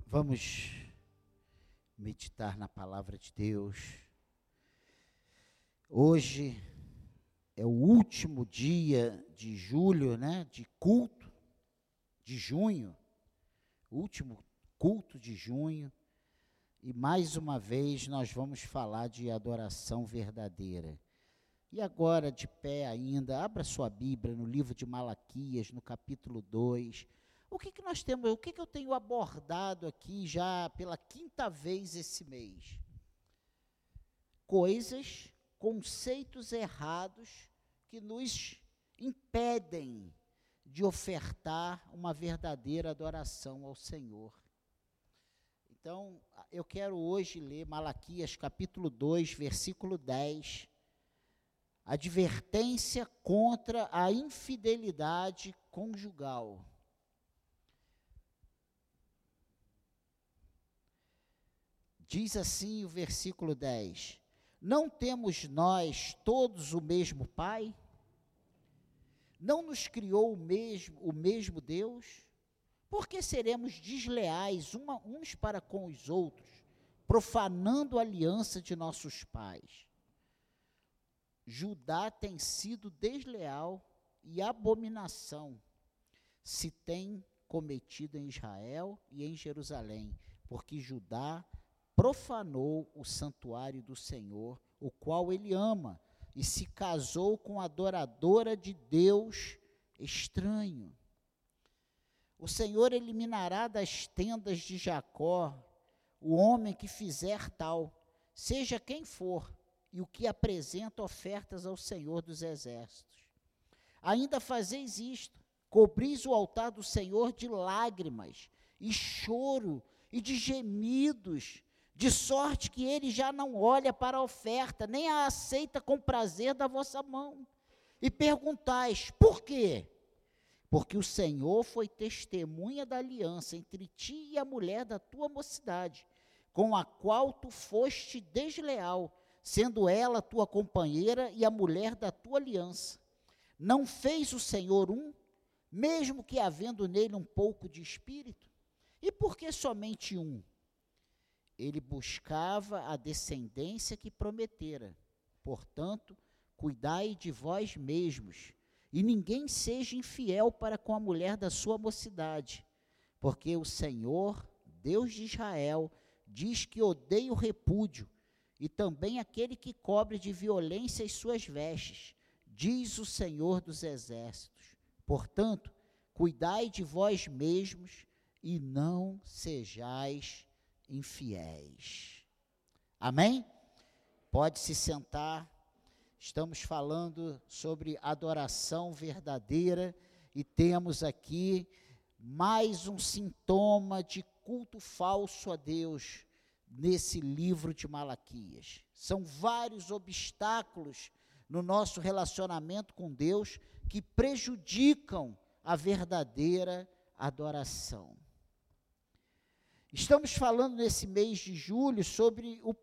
Vamos meditar na palavra de Deus. Hoje é o último dia de julho, de culto, de junho, último culto de junho, e mais uma vez nós vamos falar de adoração verdadeira. E agora, de pé ainda, abra sua Bíblia no livro de Malaquias, no capítulo 2. O que nós temos, o que eu tenho abordado aqui já pela quinta vez esse mês? Coisas, conceitos errados que nos impedem de ofertar uma verdadeira adoração ao Senhor. Então, eu quero hoje ler Malaquias capítulo 2, versículo 10, advertência contra a infidelidade conjugal. Diz assim o versículo 10: Não temos nós todos o mesmo Pai? Não nos criou o mesmo Deus? Por que seremos desleais uns para com os outros, profanando a aliança de nossos pais? Judá tem sido desleal e abominação se tem cometido em Israel e em Jerusalém, porque Judá profanou o santuário do Senhor, o qual ele ama, e se casou com a adoradora de Deus estranho. O Senhor eliminará das tendas de Jacó o homem que fizer tal, seja quem for, e o que apresenta ofertas ao Senhor dos Exércitos. Ainda fazeis isto, cobris o altar do Senhor de lágrimas, e choro, e de gemidos, de sorte que ele já não olha para a oferta, nem a aceita com prazer da vossa mão. E perguntais, por quê? Porque o Senhor foi testemunha da aliança entre ti e a mulher da tua mocidade, com a qual tu foste desleal, sendo ela tua companheira e a mulher da tua aliança. Não fez o Senhor mesmo que havendo nele um pouco de espírito? E por que somente um? Ele buscava a descendência que prometera. Portanto, cuidai de vós mesmos, e ninguém seja infiel para com a mulher da sua mocidade, porque o Senhor, Deus de Israel, diz que odeia o repúdio, e também aquele que cobre de violência as suas vestes, diz o Senhor dos Exércitos. Portanto, cuidai de vós mesmos, e não sejais infiéis. Amém? Pode se sentar. Estamos falando sobre adoração verdadeira e temos aqui mais um sintoma de culto falso a Deus nesse livro de Malaquias. São vários obstáculos no nosso relacionamento com Deus que prejudicam a verdadeira adoração. Estamos falando nesse mês de julho sobre o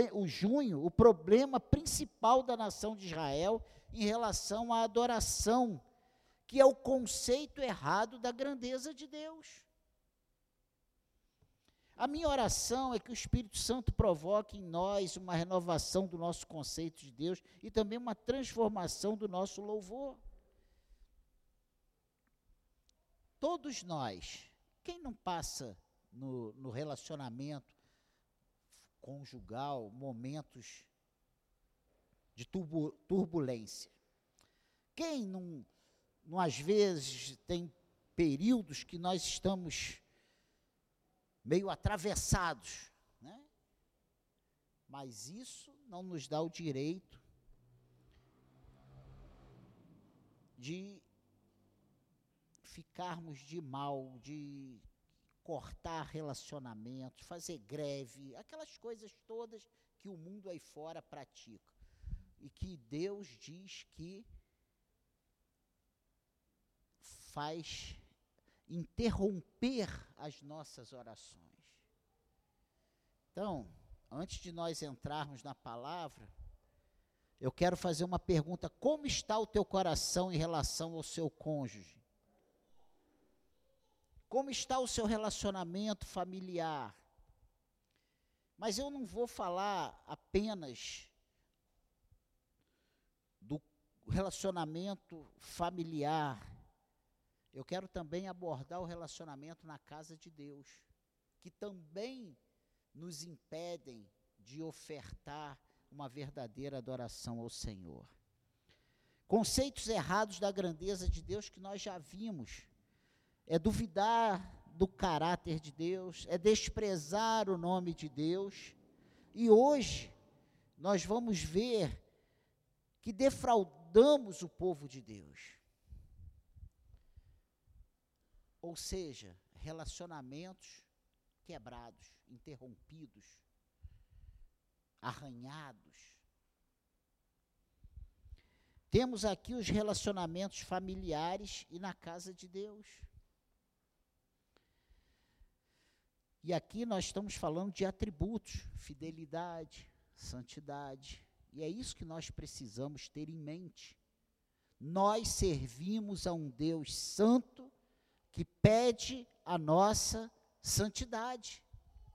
problema principal da nação de Israel em relação à adoração, que é o conceito errado da grandeza de Deus. A minha oração é que o Espírito Santo provoque em nós uma renovação do nosso conceito de Deus e também uma transformação do nosso louvor. Todos nós, quem não passa no relacionamento conjugal, momentos de turbulência? Quem não às vezes tem períodos que nós estamos meio atravessados, né? Mas isso não nos dá o direito de ficarmos de mal, de cortar relacionamentos, fazer greve, aquelas coisas todas que o mundo aí fora pratica. E que Deus diz que faz interromper as nossas orações. Então, antes de nós entrarmos na palavra, eu quero fazer uma pergunta: como está o teu coração em relação ao seu cônjuge? Como está o seu relacionamento familiar? Mas eu não vou falar apenas do relacionamento familiar. Eu quero também abordar o relacionamento na casa de Deus, que também nos impedem de ofertar uma verdadeira adoração ao Senhor. Conceitos errados da grandeza de Deus que nós já vimos. É duvidar do caráter de Deus, é desprezar o nome de Deus. E hoje nós vamos ver que defraudamos o povo de Deus. Ou seja, relacionamentos quebrados, interrompidos, arranhados. Temos aqui os relacionamentos familiares e na casa de Deus. E aqui nós estamos falando de atributos, fidelidade, santidade. E é isso que nós precisamos ter em mente. Nós servimos a um Deus santo que pede a nossa santidade.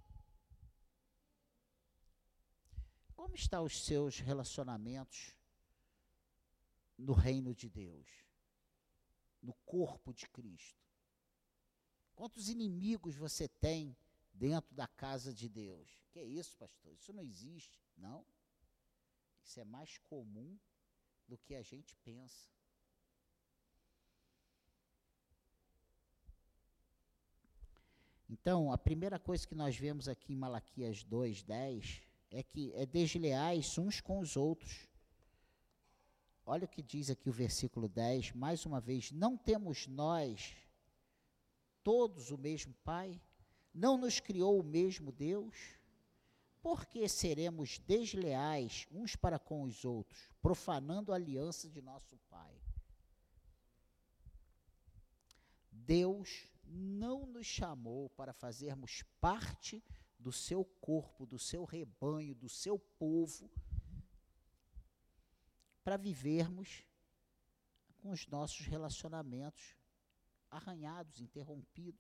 Como estão os seus relacionamentos no reino de Deus, no corpo de Cristo? Quantos inimigos você tem dentro da casa de Deus? Que é isso, pastor? Isso não existe. Não. Isso é mais comum do que a gente pensa. Então, a primeira coisa que nós vemos aqui em Malaquias 2:10 é que é desleais uns com os outros. Olha o que diz aqui o versículo 10, mais uma vez: não temos nós todos o mesmo Pai? Não nos criou o mesmo Deus? Por que seremos desleais uns para com os outros, profanando a aliança de nosso Pai? Deus não nos chamou para fazermos parte do seu corpo, do seu rebanho, do seu povo, para vivermos com os nossos relacionamentos arranhados, interrompidos.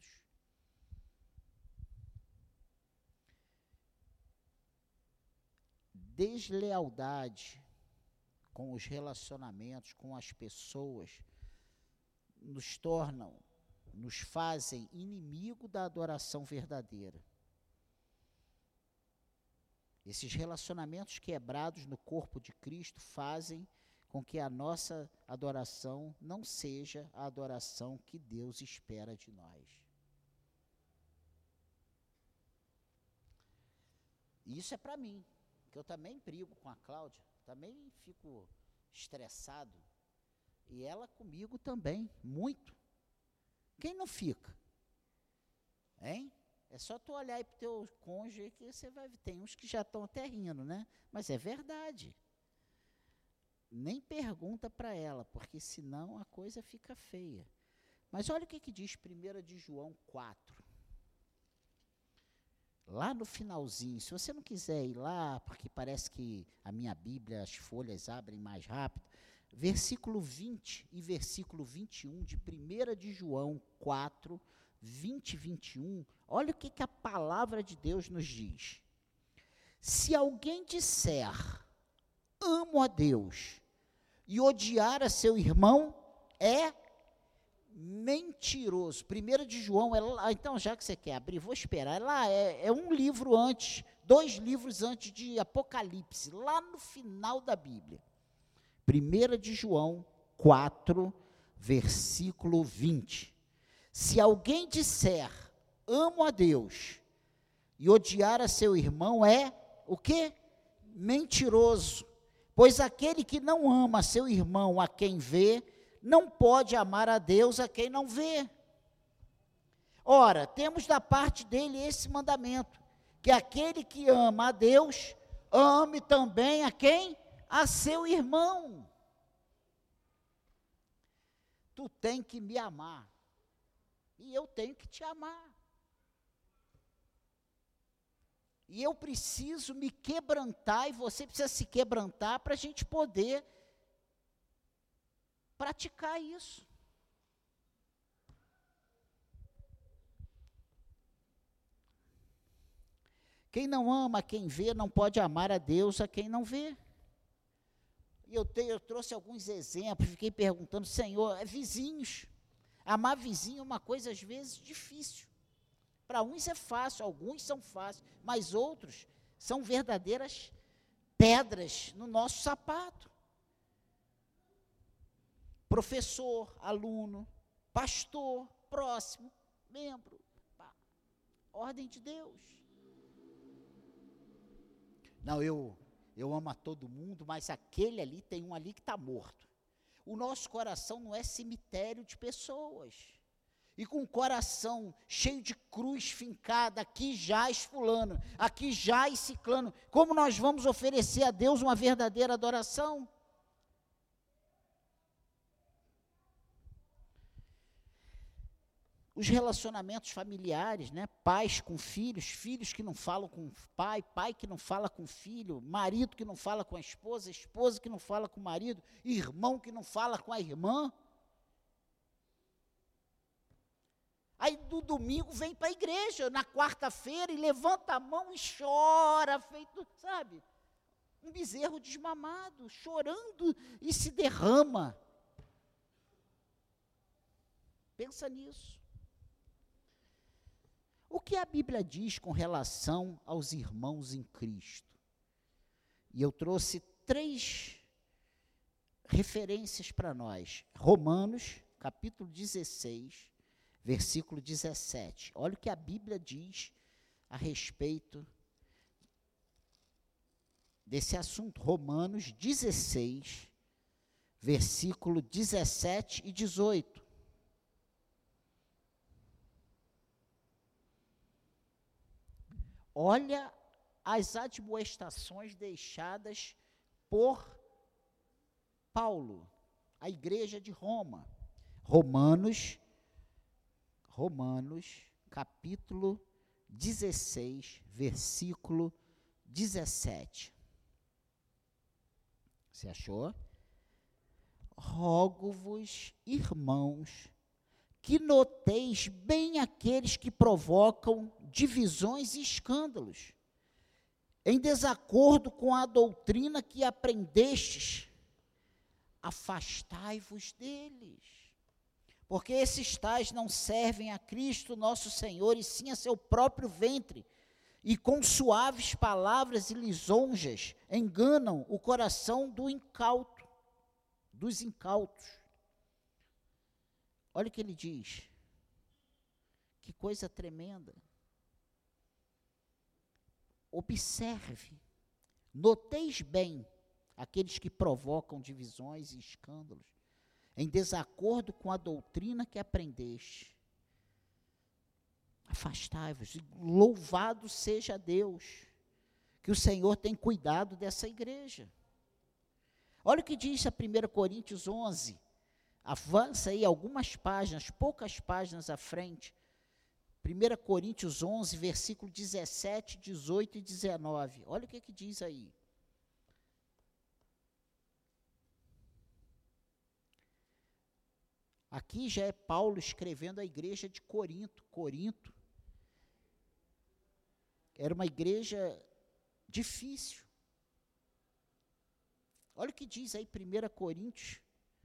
Deslealdade com os relacionamentos, com as pessoas, nos fazem inimigo da adoração verdadeira. Esses relacionamentos quebrados no corpo de Cristo fazem com que a nossa adoração não seja a adoração que Deus espera de nós. E isso é para mim, que eu também brigo com a Cláudia, também fico estressado, e ela comigo também, muito. Quem não fica? Hein? É só tu olhar aí para o teu cônjuge que você vai ver. Tem uns que já estão até rindo, né? Mas é verdade. Nem pergunta para ela, porque senão a coisa fica feia. Mas olha o que diz 1 de João 4. Lá no finalzinho, se você não quiser ir lá, porque parece que a minha Bíblia, as folhas abrem mais rápido, versículo 20 e versículo 21 de 1 de João 4, 20 e 21, olha o que a palavra de Deus nos diz. Se alguém disser, amo a Deus, e odiar a seu irmão, é mentiroso. 1 de João, então já que você quer abrir, vou esperar, lá é um livro antes, 2 livros antes de Apocalipse, lá no final da Bíblia. 1 de João 4, versículo 20. Se alguém disser, amo a Deus, e odiar a seu irmão, é o quê? Mentiroso. Pois aquele que não ama seu irmão a quem vê, não pode amar a Deus a quem não vê. Ora, temos da parte dele esse mandamento, que aquele que ama a Deus, ame também a quem? A seu irmão. Tu tem que me amar, e eu tenho que te amar. E eu preciso me quebrantar, e você precisa se quebrantar para a gente poder praticar isso. Quem não ama a quem vê, não pode amar a Deus a quem não vê. E eu trouxe alguns exemplos, fiquei perguntando, Senhor, vizinhos. Amar vizinho é uma coisa, às vezes, difícil. Para uns é fácil, alguns são fáceis, mas outros são verdadeiras pedras no nosso sapato. Professor, aluno, pastor, próximo, membro, ordem de Deus. Não, eu amo a todo mundo, mas aquele ali, tem um ali que está morto. O nosso coração não é cemitério de pessoas. E com o coração cheio de cruz fincada, aqui jaz fulano, aqui jaz ciclano, como nós vamos oferecer a Deus uma verdadeira adoração? Os relacionamentos familiares, né? Pais com filhos, filhos que não falam com pai, pai que não fala com filho, marido que não fala com a esposa, esposa que não fala com o marido, irmão que não fala com a irmã. Aí do domingo vem para a igreja, na quarta-feira, e levanta a mão e chora, feito, sabe? Um bezerro desmamado, chorando e se derrama. Pensa nisso. O que a Bíblia diz com relação aos irmãos em Cristo? E eu trouxe 3 referências para nós. Romanos, capítulo 16, versículo 17. Olha o que a Bíblia diz a respeito desse assunto. Romanos 16, versículo 17 e 18. Olha as admoestações deixadas por Paulo, a igreja de Roma. Romanos, capítulo 16, versículo 17. Você achou? Rogo-vos, irmãos, que noteis bem aqueles que provocam divisões e escândalos, em desacordo com a doutrina que aprendestes, afastai-vos deles, porque esses tais não servem a Cristo nosso Senhor, e sim a seu próprio ventre, e com suaves palavras e lisonjas enganam o coração dos incautos. Olha o que ele diz, que coisa tremenda. Observe, noteis bem aqueles que provocam divisões e escândalos, em desacordo com a doutrina que aprendeste. Afastai-vos, e louvado seja Deus, que o Senhor tem cuidado dessa igreja. Olha o que diz a 1 Coríntios 11, avança aí algumas páginas, poucas páginas à frente, 1 Coríntios 11, versículo 17, 18 e 19. Olha o que diz aí. Aqui já é Paulo escrevendo à igreja de Corinto. Corinto era uma igreja difícil. Olha o que diz aí 1 Coríntios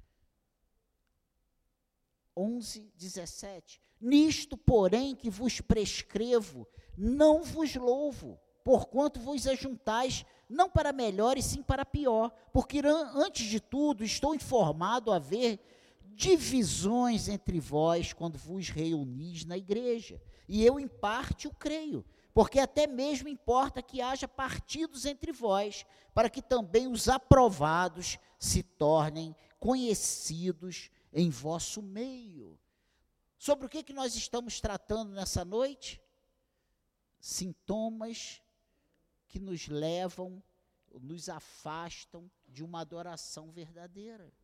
11, 17. Nisto, porém, que vos prescrevo, não vos louvo, porquanto vos ajuntais, não para melhor, e sim para pior, porque antes de tudo estou informado a haver divisões entre vós, quando vos reunis na igreja, e eu em parte o creio, porque até mesmo importa que haja partidos entre vós, para que também os aprovados se tornem conhecidos em vosso meio. Sobre o que nós estamos tratando nessa noite? Sintomas que nos levam, nos afastam de uma adoração verdadeira.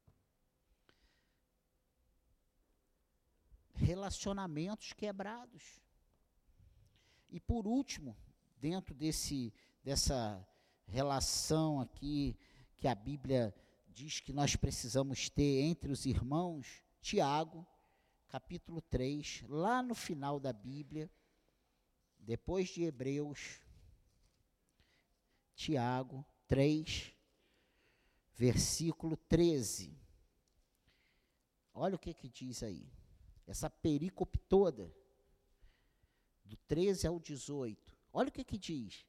Relacionamentos quebrados. E por último, dentro dessa relação aqui, que a Bíblia diz que nós precisamos ter entre os irmãos, Tiago, capítulo 3, lá no final da Bíblia, depois de Hebreus, Tiago 3, versículo 13. Olha o que diz aí. Essa perícope toda, do 13 ao 18. Olha o que diz.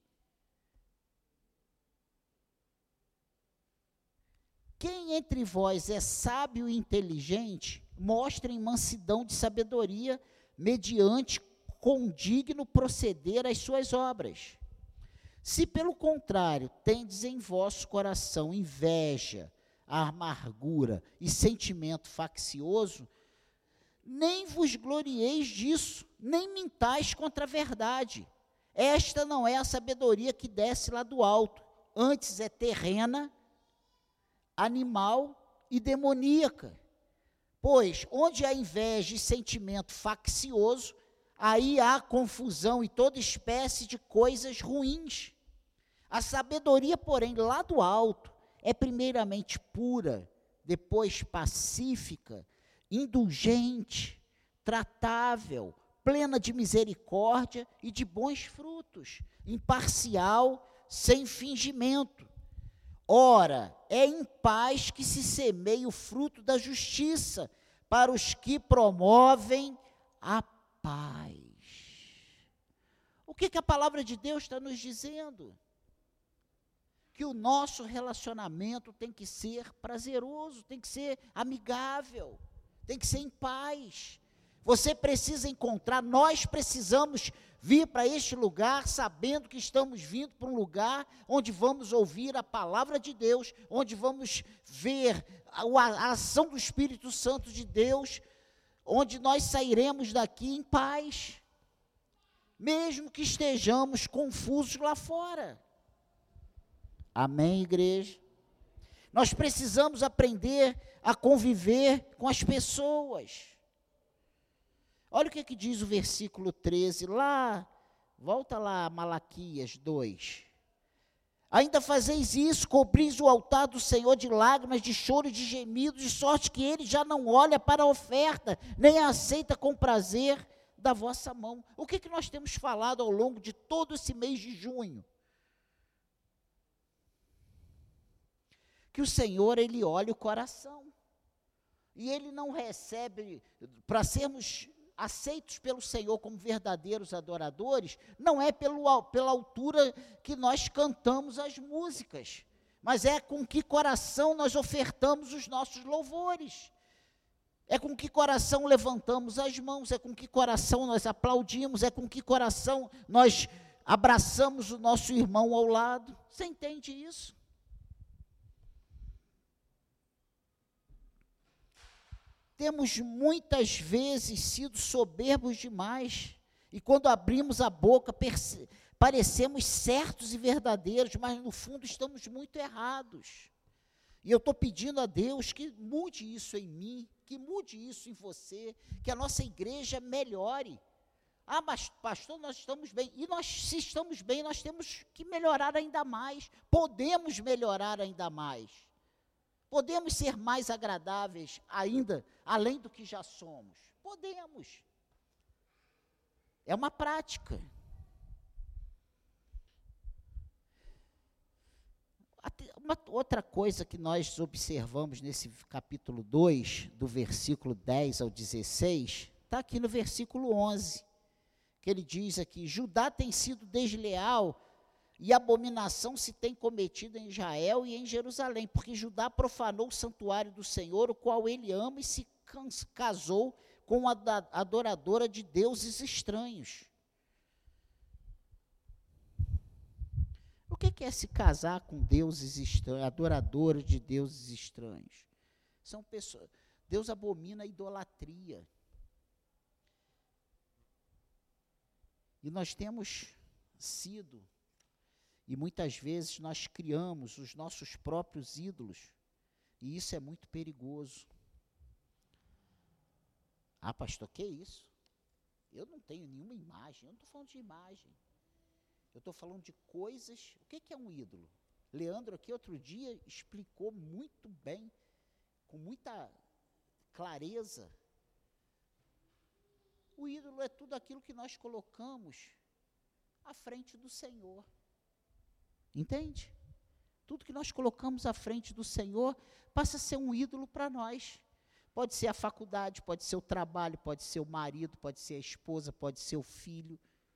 Quem entre vós é sábio e inteligente, mostrem mansidão de sabedoria, mediante condigno proceder às suas obras. Se, pelo contrário, tendes em vosso coração inveja, amargura e sentimento faccioso, nem vos glorieis disso, nem mintais contra a verdade. Esta não é a sabedoria que desce lá do alto, antes é terrena, animal e demoníaca. Pois, onde há inveja e sentimento faccioso, aí há confusão e toda espécie de coisas ruins. A sabedoria, porém, lá do alto, é primeiramente pura, depois pacífica, indulgente, tratável, plena de misericórdia e de bons frutos, imparcial, sem fingimento. Ora, é em paz que se semeia o fruto da justiça para os que promovem a paz. O que a palavra de Deus está nos dizendo? Que o nosso relacionamento tem que ser prazeroso, tem que ser amigável, tem que ser em paz. Você precisa encontrar, nós precisamos vir para este lugar sabendo que estamos vindo para um lugar onde vamos ouvir a palavra de Deus, onde vamos ver a ação do Espírito Santo de Deus, onde nós sairemos daqui em paz, mesmo que estejamos confusos lá fora. Amém, igreja? Nós precisamos aprender a conviver com as pessoas. Olha o que diz o versículo 13, lá, volta lá, Malaquias 2. Ainda fazeis isso, cobris o altar do Senhor de lágrimas, de choro e de gemidos, de sorte que ele já não olha para a oferta, nem a aceita com prazer da vossa mão. O que nós temos falado ao longo de todo esse mês de junho? Que o Senhor, Ele olha o coração, e Ele não recebe, para sermos aceitos pelo Senhor como verdadeiros adoradores, não é pela altura que nós cantamos as músicas, mas é com que coração nós ofertamos os nossos louvores, é com que coração levantamos as mãos, é com que coração nós aplaudimos, é com que coração nós abraçamos o nosso irmão ao lado. Você entende isso? Temos muitas vezes sido soberbos demais, e quando abrimos a boca, parecemos certos e verdadeiros, mas no fundo estamos muito errados. E eu estou pedindo a Deus que mude isso em mim, que mude isso em você, que a nossa igreja melhore. Ah, mas pastor, nós estamos bem. E se estamos bem, nós temos que melhorar ainda mais, podemos melhorar ainda mais. Podemos ser mais agradáveis ainda, além do que já somos. Podemos. É uma prática. Uma outra coisa que nós observamos nesse capítulo 2, do versículo 10 ao 16, está aqui no versículo 11, que ele diz aqui: Judá tem sido desleal, e abominação se tem cometido em Israel e em Jerusalém, porque Judá profanou o santuário do Senhor, o qual ele ama, e se casou com a adoradora de deuses estranhos. O que é se casar com deuses estranhos, adoradora de deuses estranhos? São pessoas, Deus abomina a idolatria. E nós temos sido, e muitas vezes nós criamos os nossos próprios ídolos, e isso é muito perigoso. Ah, pastor, que isso? Eu não tenho nenhuma imagem, eu não estou falando de imagem. Eu estou falando de coisas. O que é um ídolo? Leandro aqui outro dia explicou muito bem, com muita clareza. O ídolo é tudo aquilo que nós colocamos à frente do Senhor. Entende? Tudo que nós colocamos à frente do Senhor passa a ser um ídolo para nós. Pode ser a faculdade, pode ser o trabalho, pode ser o marido, pode ser a esposa, pode ser o filho.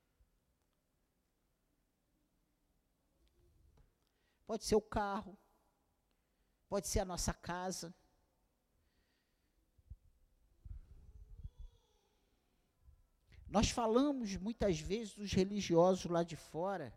Pode ser o carro, pode ser a nossa casa. Nós falamos muitas vezes dos religiosos lá de fora,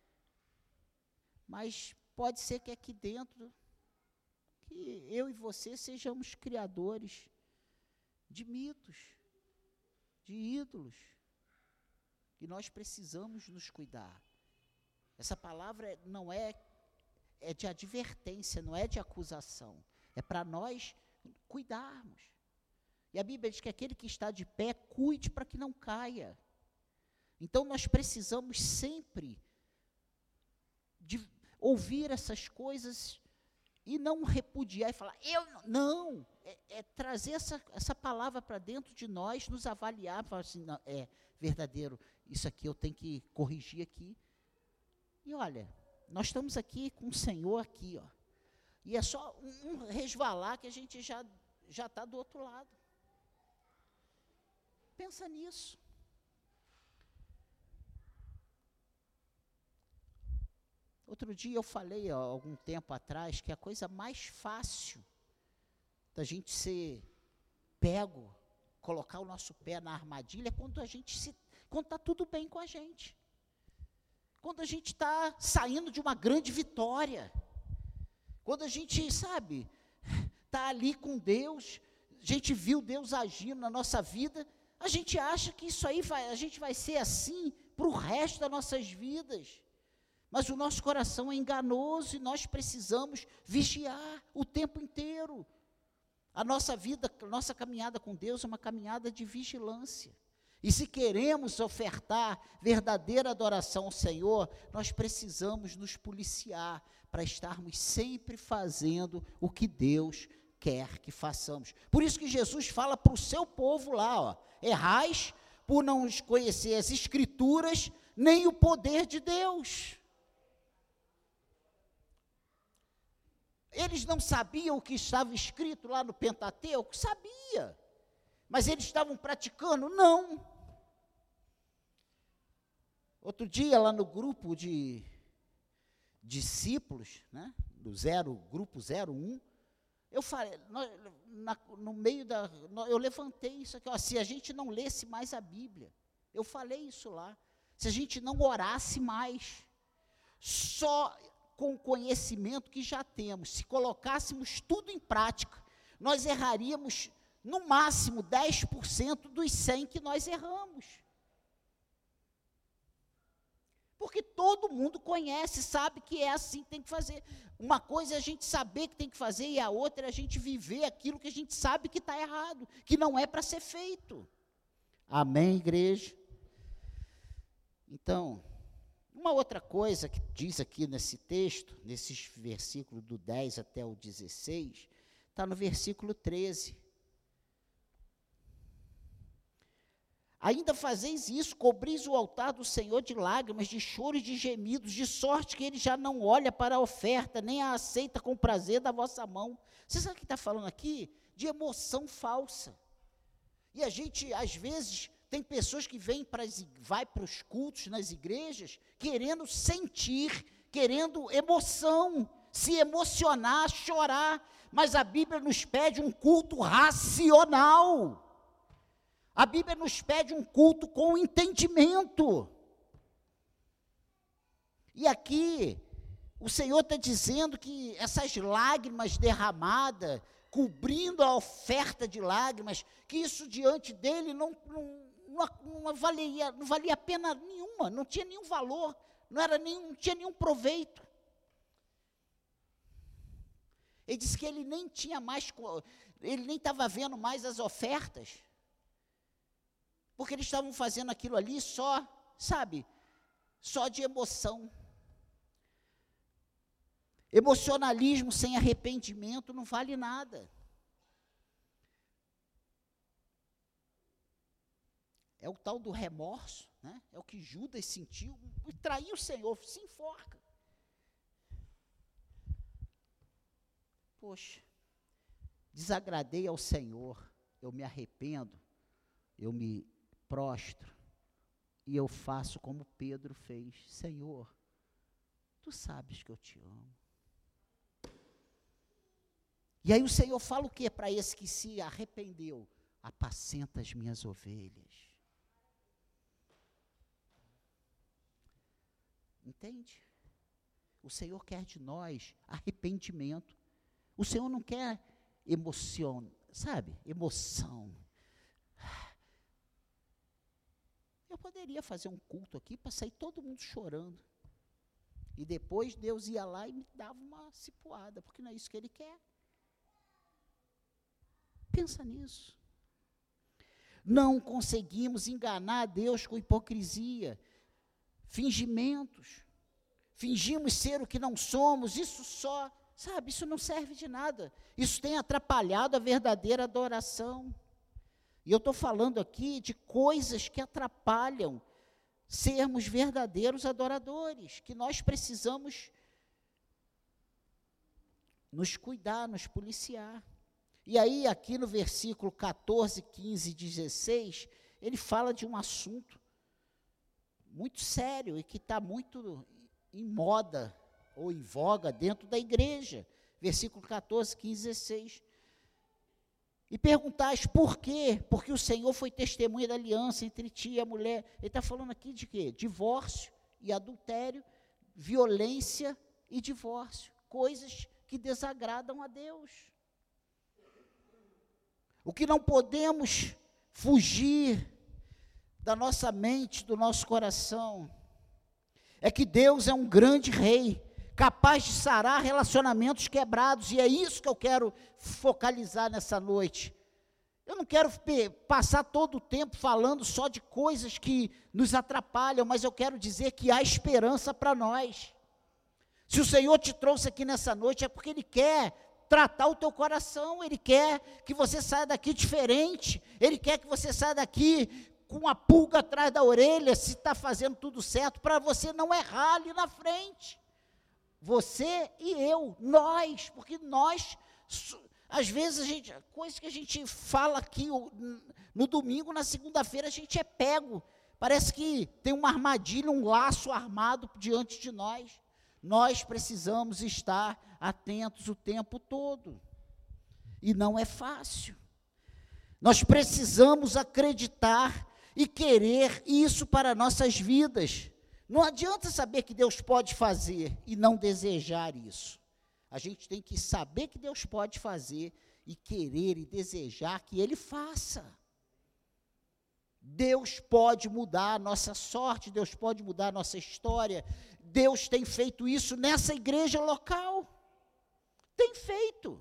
mas pode ser que aqui dentro, que eu e você sejamos criadores de mitos, de ídolos, e nós precisamos nos cuidar. Essa palavra não é de advertência, não é de acusação, é para nós cuidarmos. E a Bíblia diz que aquele que está de pé, cuide para que não caia. Então nós precisamos sempre de ouvir essas coisas e não repudiar e falar, não, é trazer essa palavra para dentro de nós, nos avaliar, falar assim, não, é verdadeiro, isso aqui eu tenho que corrigir aqui. E olha, nós estamos aqui com o Senhor aqui, ó, e é só um resvalar que a gente já está do outro lado. Pensa nisso. Outro dia eu falei, há algum tempo atrás, que a coisa mais fácil da gente ser pego, colocar o nosso pé na armadilha, é quando está tudo bem com a gente. Quando a gente está saindo de uma grande vitória. Quando a gente, sabe, está ali com Deus, a gente viu Deus agindo na nossa vida, a gente acha que isso aí a gente vai ser assim para o resto das nossas vidas. Mas o nosso coração é enganoso e nós precisamos vigiar o tempo inteiro. A nossa vida, a nossa caminhada com Deus é uma caminhada de vigilância. E se queremos ofertar verdadeira adoração ao Senhor, nós precisamos nos policiar para estarmos sempre fazendo o que Deus quer que façamos. Por isso que Jesus fala para o seu povo lá, ó, errais por não conhecer as Escrituras, nem o poder de Deus. Eles não sabiam o que estava escrito lá no Pentateuco? Sabia. Mas eles estavam praticando? Não. Outro dia, lá no grupo de discípulos, né, grupo 01, eu falei, no meio eu levantei isso aqui, ó, se a gente não lesse mais a Bíblia, eu falei isso lá, se a gente não orasse mais, só com o conhecimento que já temos, se colocássemos tudo em prática, nós erraríamos no máximo 10% dos 100 que nós erramos. Porque todo mundo conhece, sabe que é assim que tem que fazer. Uma coisa é a gente saber que tem que fazer e a outra é a gente viver aquilo que a gente sabe que está errado, que não é para ser feito. Amém, igreja? Então, uma outra coisa que diz aqui nesse texto, nesses versículos do 10 até o 16, está no versículo 13. Ainda fazeis isso, cobris o altar do Senhor de lágrimas, de choro e de gemidos, de sorte que ele já não olha para a oferta, nem a aceita com prazer da vossa mão. Você sabe o que está falando aqui? De emoção falsa. E a gente, às vezes, tem pessoas que vai para os cultos nas igrejas, querendo sentir, querendo emoção, se emocionar, chorar, mas a Bíblia nos pede um culto racional. A Bíblia nos pede um culto com entendimento. E aqui, o Senhor está dizendo que essas lágrimas derramadas, cobrindo a oferta de lágrimas, que isso diante dele não valia a pena nenhuma, não tinha nenhum valor, não tinha nenhum proveito. Ele disse que ele nem estava vendo mais as ofertas, porque eles estavam fazendo aquilo ali só de emoção. Emocionalismo sem arrependimento não vale nada. É o tal do remorso, né? É o que Judas sentiu, trair o Senhor, se enforca. poxa, desagradei ao Senhor, eu me arrependo, eu me prostro, e eu faço como Pedro fez. Senhor, tu sabes que eu te amo. E aí o Senhor fala o quê para esse que se arrependeu? Apacenta as minhas ovelhas. Entende? O Senhor quer de nós arrependimento. O Senhor não quer emoção, sabe? Emoção. Eu poderia fazer um culto aqui para sair todo mundo chorando. E depois Deus ia lá e me dava uma cipuada, porque não é isso que Ele quer. Pensa nisso. Não conseguimos enganar a Deus com hipocrisia, fingimentos. Fingimos ser o que não somos, isso só, sabe, isso não serve de nada. Isso tem atrapalhado a verdadeira adoração. E eu estou falando aqui de coisas que atrapalham sermos verdadeiros adoradores, que nós precisamos nos cuidar, nos policiar. E aí, aqui no versículo 14, 15 e 16, ele fala de um assunto muito sério e que está muito em moda ou em voga dentro da igreja. Versículo 14, 15 e 16. E perguntais por quê? Porque o Senhor foi testemunha da aliança entre ti e a mulher. Ele está falando aqui de quê? Divórcio e adultério, violência e divórcio. Coisas que desagradam a Deus. O que não podemos fugir da nossa mente, do nosso coração, é que Deus é um grande rei, capaz de sarar relacionamentos quebrados, e é isso que eu quero focalizar nessa noite. Eu não quero passar todo o tempo falando só de coisas que nos atrapalham, mas eu quero dizer que há esperança para nós. Se o Senhor te trouxe aqui nessa noite, é porque Ele quer tratar o teu coração, Ele quer que você saia daqui diferente, Ele quer que você saia daqui com a pulga atrás da orelha, se está fazendo tudo certo, para você não errar ali na frente. Você e eu, nós, porque nós, às vezes, coisas que a gente fala aqui no domingo, na segunda-feira, a gente é pego, parece que tem uma armadilha, um laço armado diante de nós. Nós precisamos estar atentos o tempo todo, e não é fácil. Nós precisamos acreditar e querer isso para nossas vidas. Não adianta saber que Deus pode fazer e não desejar isso. A gente tem que saber que Deus pode fazer e querer e desejar que Ele faça. Deus pode mudar a nossa sorte, Deus pode mudar a nossa história. Deus tem feito isso nessa igreja local. Tem feito.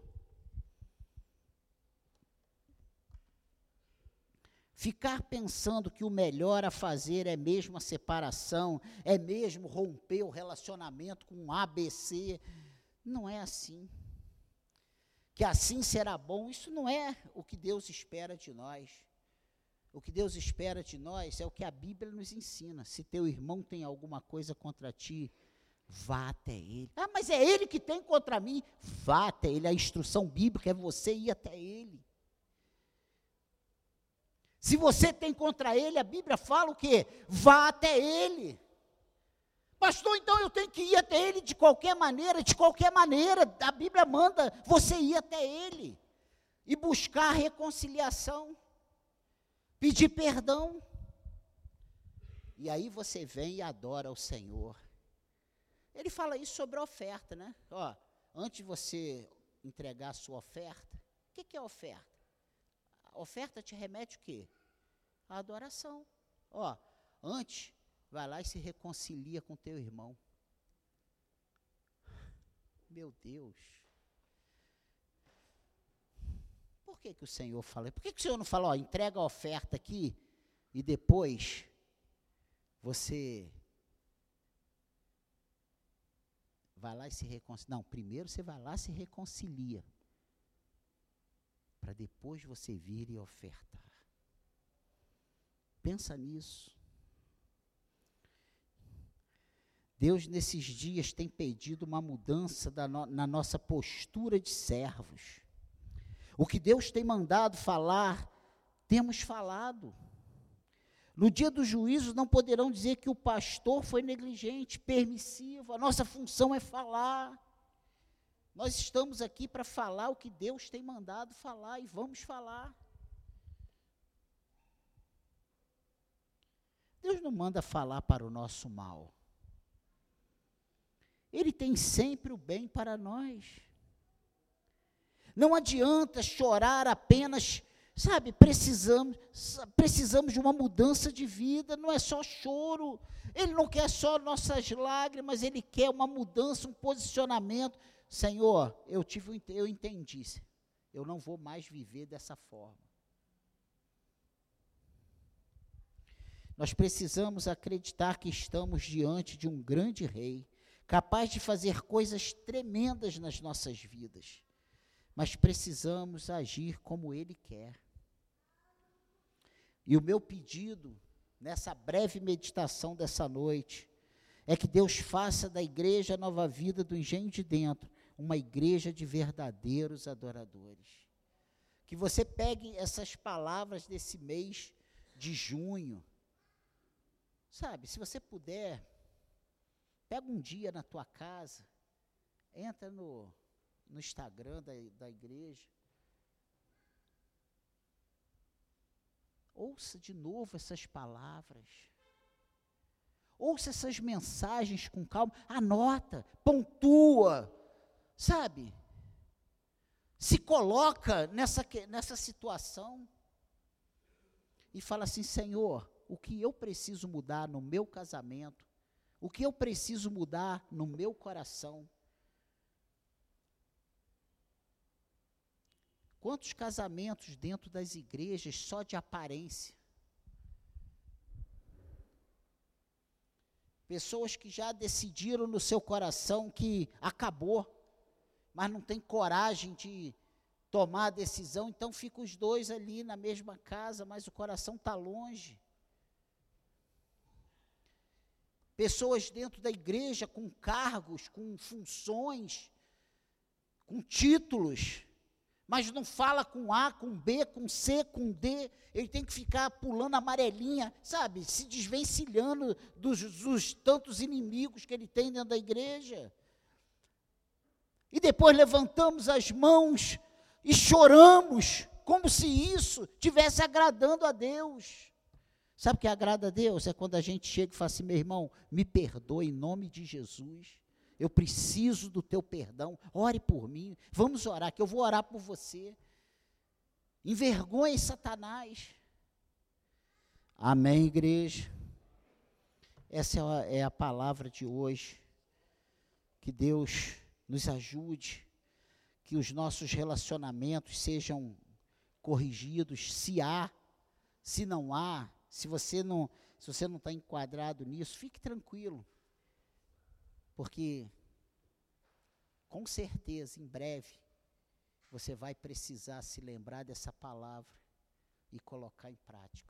Ficar pensando que o melhor a fazer é mesmo a separação, é mesmo romper o relacionamento com ABC, não é assim. Que assim será bom, isso não é o que Deus espera de nós. O que Deus espera de nós é o que a Bíblia nos ensina. Se teu irmão tem alguma coisa contra ti, vá até ele. Ah, mas é ele que tem contra mim. Vá até ele. A instrução bíblica é você ir até ele. Se você tem contra ele, a Bíblia fala o quê? Vá até ele. Pastor, então eu tenho que ir até ele de qualquer maneira. De qualquer maneira, a Bíblia manda você ir até ele e buscar reconciliação, pedir perdão. E aí você vem e adora o Senhor. Ele fala isso sobre a oferta, né? Ó, antes de você entregar a sua oferta, o que é oferta? A oferta te remete o quê? A adoração. Ó, antes, vai lá e se reconcilia com teu irmão. Meu Deus. Por que o Senhor fala? Por que o Senhor não fala, ó, entrega a oferta aqui e depois você vai lá e se reconcilia? Não, primeiro você vai lá e se reconcilia, para depois você vir e ofertar. Pensa nisso. Deus, nesses dias, tem pedido uma mudança na nossa postura de servos. O que Deus tem mandado falar, temos falado. No dia do juízo, não poderão dizer que o pastor foi negligente, permissivo. A nossa função é falar. Nós estamos aqui para falar o que Deus tem mandado falar e vamos falar. Deus não manda falar para o nosso mal. Ele tem sempre o bem para nós. Não adianta chorar apenas, sabe, precisamos de uma mudança de vida, não é só choro. Ele não quer só nossas lágrimas, Ele quer uma mudança, um posicionamento. Senhor, eu entendi, eu não vou mais viver dessa forma. Nós precisamos acreditar que estamos diante de um grande rei, capaz de fazer coisas tremendas nas nossas vidas, mas precisamos agir como Ele quer. E o meu pedido, nessa breve meditação dessa noite, é que Deus faça da Igreja Nova Vida do Engenho de Dentro uma igreja de verdadeiros adoradores. Que você pegue essas palavras desse mês de junho, sabe, se você puder, pega um dia na tua casa, entra no Instagram da igreja, ouça de novo essas palavras, ouça essas mensagens com calma, anota, pontua, sabe, se coloca nessa situação e fala assim: Senhor, o que eu preciso mudar no meu casamento, o que eu preciso mudar no meu coração. Quantos casamentos dentro das igrejas só de aparência? Pessoas que já decidiram no seu coração que acabou, mas não tem coragem de tomar a decisão, então ficam os dois ali na mesma casa, mas o coração está longe. Pessoas dentro da igreja com cargos, com funções, com títulos, mas não fala com A, com B, com C, com D, ele tem que ficar pulando amarelinha, sabe, se desvencilhando dos tantos inimigos que ele tem dentro da igreja. E depois levantamos as mãos e choramos, como se isso estivesse agradando a Deus. Sabe o que agrada a Deus? É quando a gente chega e fala assim: meu irmão, me perdoe em nome de Jesus, eu preciso do teu perdão, ore por mim, vamos orar, que eu vou orar por você. Envergonhe Satanás. Amém, igreja? Essa é a palavra de hoje. Que Deus nos ajude, que os nossos relacionamentos sejam corrigidos, se há, se não há, se você não está enquadrado nisso, fique tranquilo, porque com certeza, em breve, você vai precisar se lembrar dessa palavra e colocar em prática.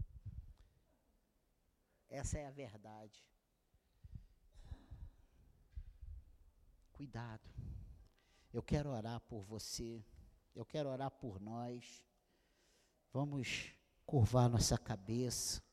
Essa é a verdade. Cuidado. Eu quero orar por você, eu quero orar por nós. Vamos curvar nossa cabeça.